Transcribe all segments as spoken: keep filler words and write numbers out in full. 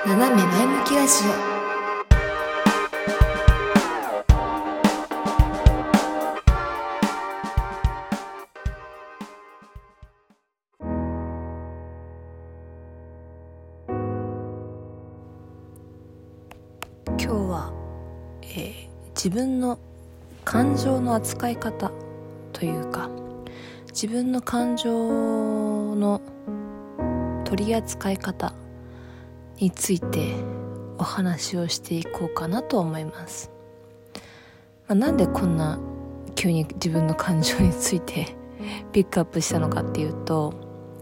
斜め前向きラジオ。今日は、えー、自分の感情の扱い方というか、自分の感情の取り扱い方についてお話をしていこうかなと思います。まあ、なんでこんな急に自分の感情についてピックアップしたのかっていうと、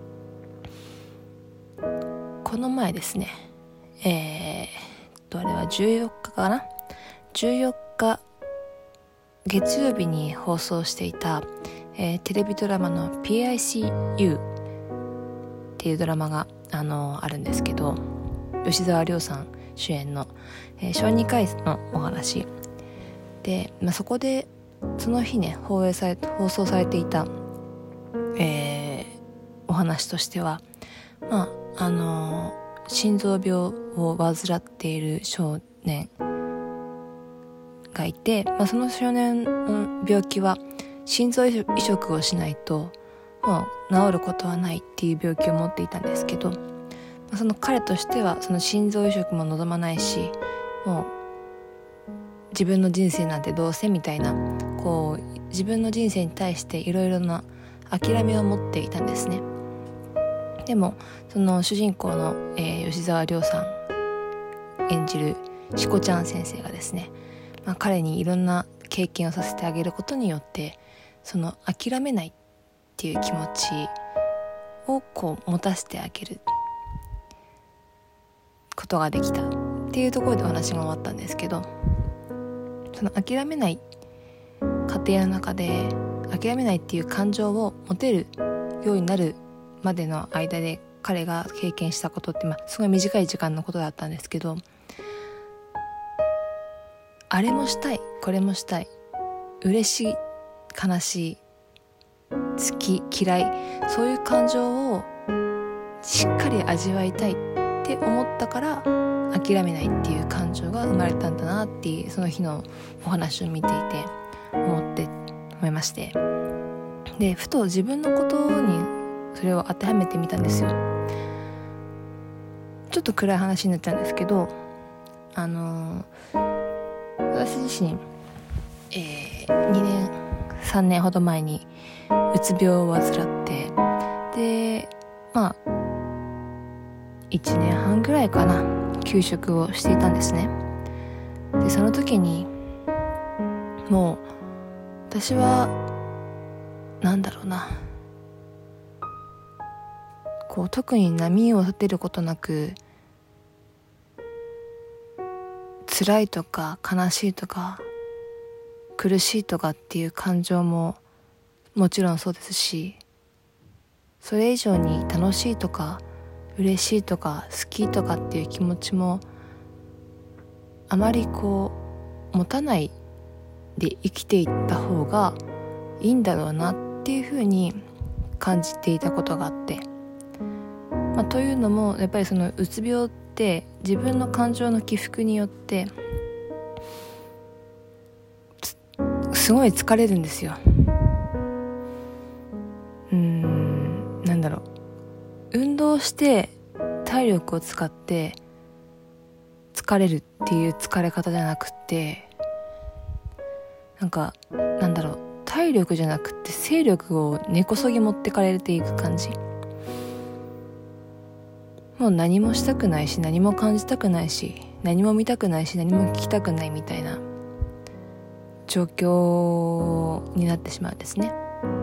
この前ですね、えー、っとあれはじゅうよっかかなじゅうよっか月曜日に放送していた、えー、テレビドラマの ピーアイシーユー っていうドラマが、あのー、あるんですけど、吉沢亮さん主演の、えー、小児科医のお話で、まあ、そこでその日ね放映され放送されていた、えー、お話としては、まああのー、心臓病を患っている少年がいて、まあ、その少年の病気は心臓移植をしないともう治ることはないっていう病気を持っていたんですけど、まあ、その彼としてはその心臓移植も望まないし、もう自分の人生なんてどうせみたいな、こう自分の人生に対していろいろな諦めを持っていたんですね。でもその主人公の、えー、吉沢亮さん演じるしこちゃん先生がですね、まあ、彼にいろんな経験をさせてあげることによって、その諦めないっていう気持ちをこう持たせてあげることができたっていうところでお話が終わったんですけど、その諦めない過程の中で諦めないっていう感情を持てるようになるまでの間で彼が経験したことって、まあ、すごい短い時間のことだったんですけど、あれもしたいこれもしたい、嬉しい悲しい好き嫌い、そういう感情をしっかり味わいたいって思ったから諦めないっていう感情が生まれたんだなっていう、その日のお話を見ていて思って思いまして、でふと自分のことにそれを当てはめてみたんですよ。ちょっと暗い話になっちゃうんですけど、あのー私自身、えー、にねんさんねんほど前にうつ病を患って、でまあいちねんはんぐらいかな休職をしていたんですね。でその時にもう私はなんだろうなこう特に波を立てることなく、辛いとか悲しいとか苦しいとかっていう感情ももちろんそうですし、それ以上に楽しいとか嬉しいとか好きとかっていう気持ちもあまりこう持たないで生きていった方がいいんだろうなっていうふうに感じていたことがあって、まあ、というのもやっぱりそのうつ病って自分の感情の起伏によってすごい疲れるんですよ。うーんなんだろう運動して体力を使って疲れるっていう疲れ方じゃなくて、なんかなんだろう体力じゃなくて精力を根こそぎ持ってかれていく感じ。もう何もしたくないし何も感じたくないし何も見たくないし何も聞きたくないみたいな状況になってしまうんですね。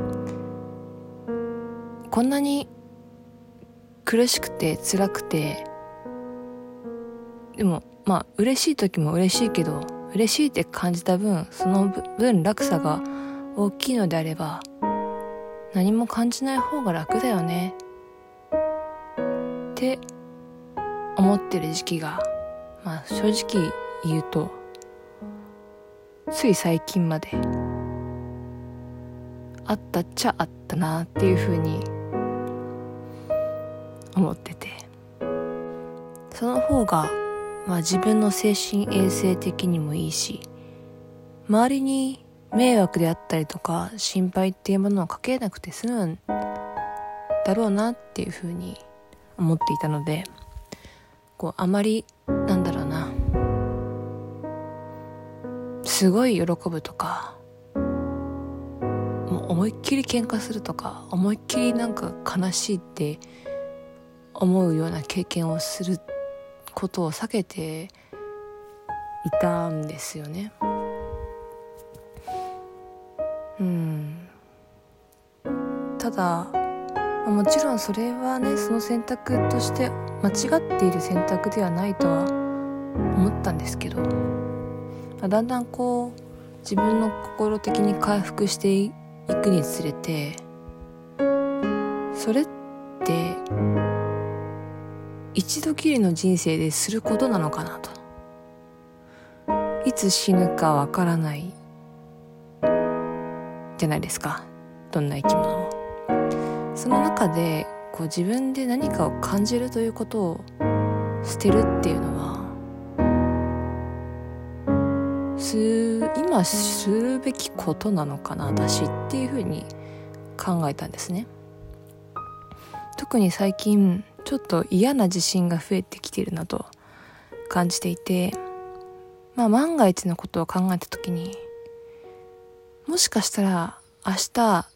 こんなに苦しくて辛くて、でもまあ嬉しい時も嬉しいけど、嬉しいって感じた分その分落差が大きいのであれば何も感じない方が楽だよねって思ってる時期が、まあ正直言うとつい最近まであったっちゃあったなっていうふうに思ってて、 その方が、まあ、自分の精神衛生的にもいいし、周りに迷惑であったりとか心配っていうものをかけなくて済むんだろうなっていうふうに思っていたので、こうあまりなんだろうな、すごい喜ぶとか、もう思いっきり喧嘩するとか、思いっきりなんか悲しいって思うような経験をすることを避けていたんですよね。うんただもちろんそれはね、その選択として間違っている選択ではないとは思ったんですけど、だんだんこう自分の心的に回復していくにつれて、それって一度きりの人生ですることなのかなと。いつ死ぬかわからないじゃないですか、どんな生き物も。その中でこう自分で何かを感じるということを捨てるっていうのは、す今するべきことなのかな私っていうふうに考えたんですね。特に最近ちょっと嫌な地震が増えてきているなと感じていて、まあ万が一のことを考えたときに、もしかしたら明日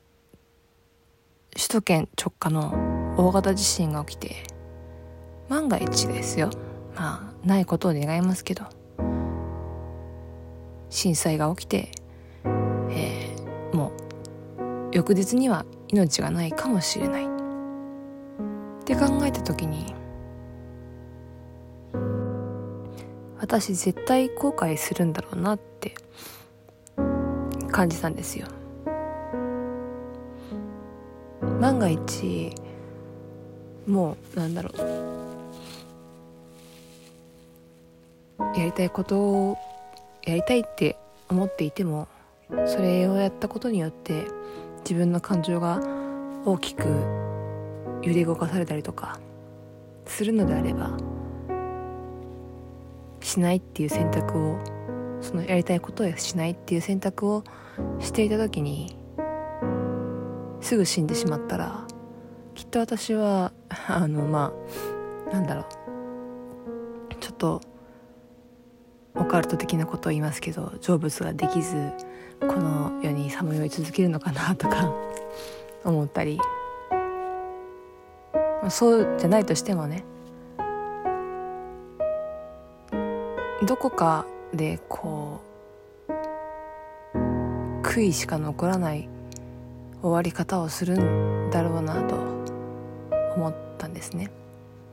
首都圏直下の大型地震が起きて、万が一ですよ、まあないことを願いますけど、震災が起きて、えー、もう翌日には命がないかもしれないって考えた時に、私絶対後悔するんだろうなって感じたんですよ。万が一もうなんだろう、やりたいことをやりたいって思っていても、それをやったことによって自分の感情が大きく揺れ動かされたりとかするのであれば、しないっていう選択を、そのやりたいことをしないっていう選択をしていた時に、すぐ死んでしまったら、きっと私はあのまあなんだろう、ちょっとオカルト的なことを言いますけど、成仏ができずこの世にさまよい続けるのかなとか思ったり、そうじゃないとしてもね、どこかでこう悔いしか残らない終わり方をするんだろうなと思ったんですね。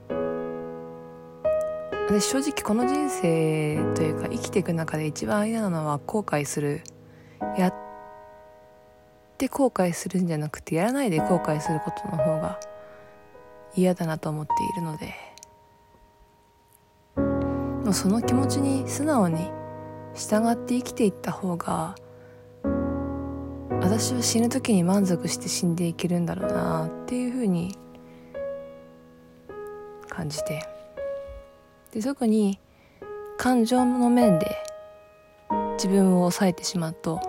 で正直この人生というか生きていく中で一番嫌なのは後悔する、やって後悔するんじゃなくてやらないで後悔することの方が嫌だなと思っているので、もうその気持ちに素直に従って生きていった方が、私は死ぬ時に満足して死んでいけるんだろうなっていうふうに感じて、で特に感情の面で自分を抑えてしまうと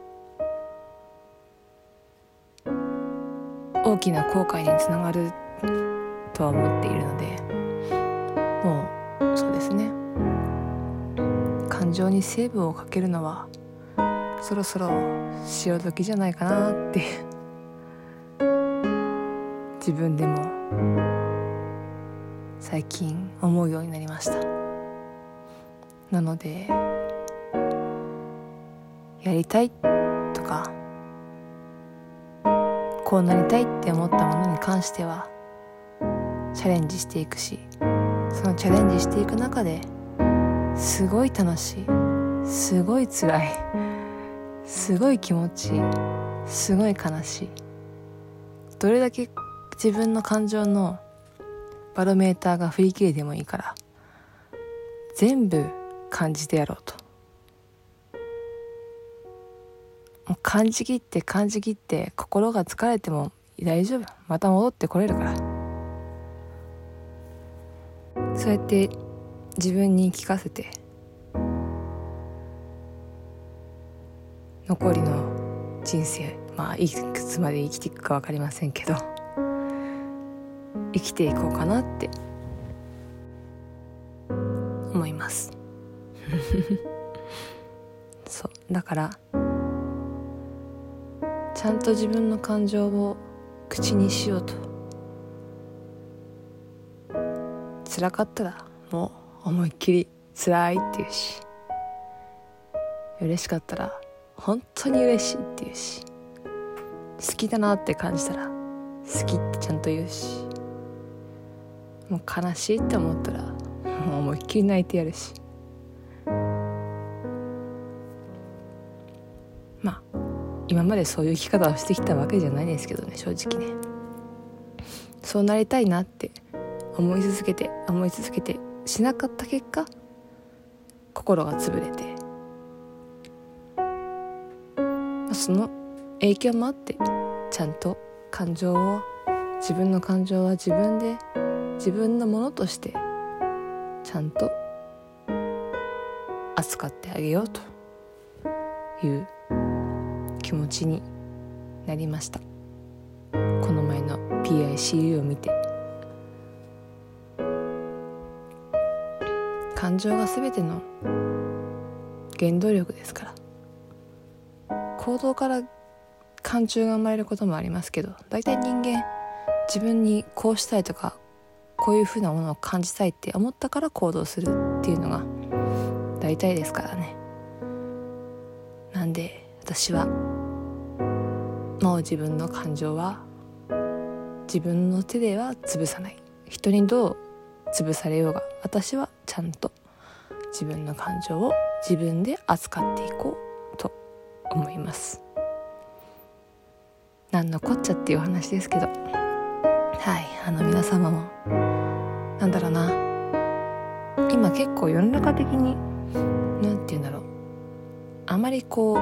大きな後悔につながるとは思っているので、もうそうですね、感情にセーブをかけるのはそろそろ潮時じゃないかなって自分でも最近思うようになりました。なのでやりたいとかこうなりたいって思ったものに関してはチャレンジしていくし、そのチャレンジしていく中ですごい楽しい、すごい辛い、すごい気持ちいい、すごい悲しい、どれだけ自分の感情のバロメーターが振り切れてもいいから全部感じてやろうと、もう感じきって感じきって心が疲れても大丈夫、また戻ってこれるから、 そうやって自分に聞かせて、残りの人生、まあいくつまで生きていくか分かりませんけど、生きていこうかなって思いますそうだから、ちゃんと自分の感情を口にしようと。辛かったらもう思いっきり辛いって言うし、嬉しかったら本当に嬉しいって言うし、好きだなって感じたら好きってちゃんと言うし、もう悲しいって思ったらもう思いっきり泣いてやるし、まあ今までそういう生き方をしてきたわけじゃないですけどね、正直ね。そうなりたいなって思い続けて思い続けてしなかった結果、心が潰れて、その影響もあってちゃんと感情を、自分の感情は自分で自分のものとしてちゃんと扱ってあげようという気持ちになりました。この前の ピーアイシーユー を見て、感情が全ての原動力ですから。行動から感情が生まれることもありますけど、大体人間自分にこうしたいとか、こういうふうなものを感じたいって思ったから行動するっていうのが大体ですからね。なんで私はもう自分の感情は自分の手では潰さない。人にどう潰されようが、私はちゃんと自分の感情を自分で扱っていこうと思います。なんのこっちゃっていう話ですけど、はい、あの皆様もなんだろうな、今結構世の中的になんて言うんだろう、あまりこう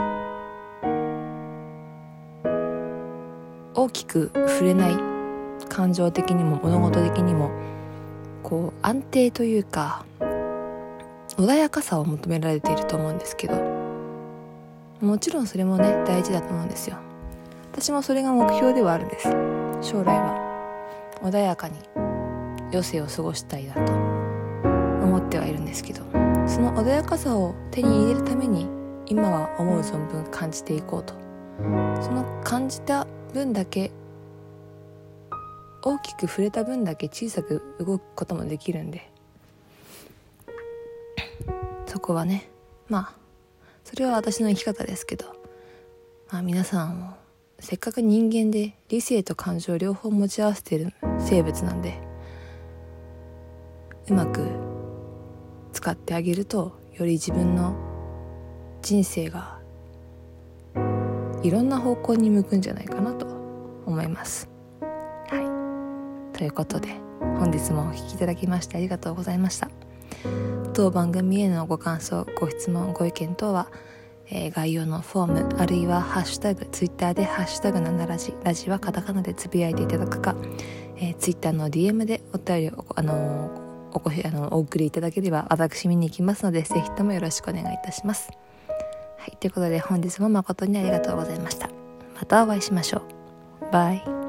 大きく触れない、感情的にも物事的にもこう安定というか穏やかさを求められていると思うんですけど、もちろんそれもね大事だと思うんですよ。私もそれが目標ではあるんです。将来は穏やかに余生を過ごしたいなと思ってはいるんですけど、その穏やかさを手に入れるために今は思う存分感じていこうと。その感じた分だけ、大きく触れた分だけ小さく動くこともできるんで、そこはね、まあそれは私の生き方ですけど、まあ皆さんもせっかく人間で理性と感情両方持ち合わせている生物なんで、うまく使ってあげるとより自分の人生がいろんな方向に向くんじゃないかなと思います。はい、ということで本日もお聞きいただきましてありがとうございました。当番組へのご感想、ご質問、ご意見等は、えー、概要のフォームあるいはハッシュタグ、ツイッターでハッシュタグななラジ、ラジはカタカナでつぶやいていただくか、えー、ツイッターの ディーエム でお便りを、あのー、おこしあのお送りいただければ私見に行きますので、ぜひともよろしくお願いいたします。はい、ということで本日も誠にありがとうございました。またお会いしましょう。バイ。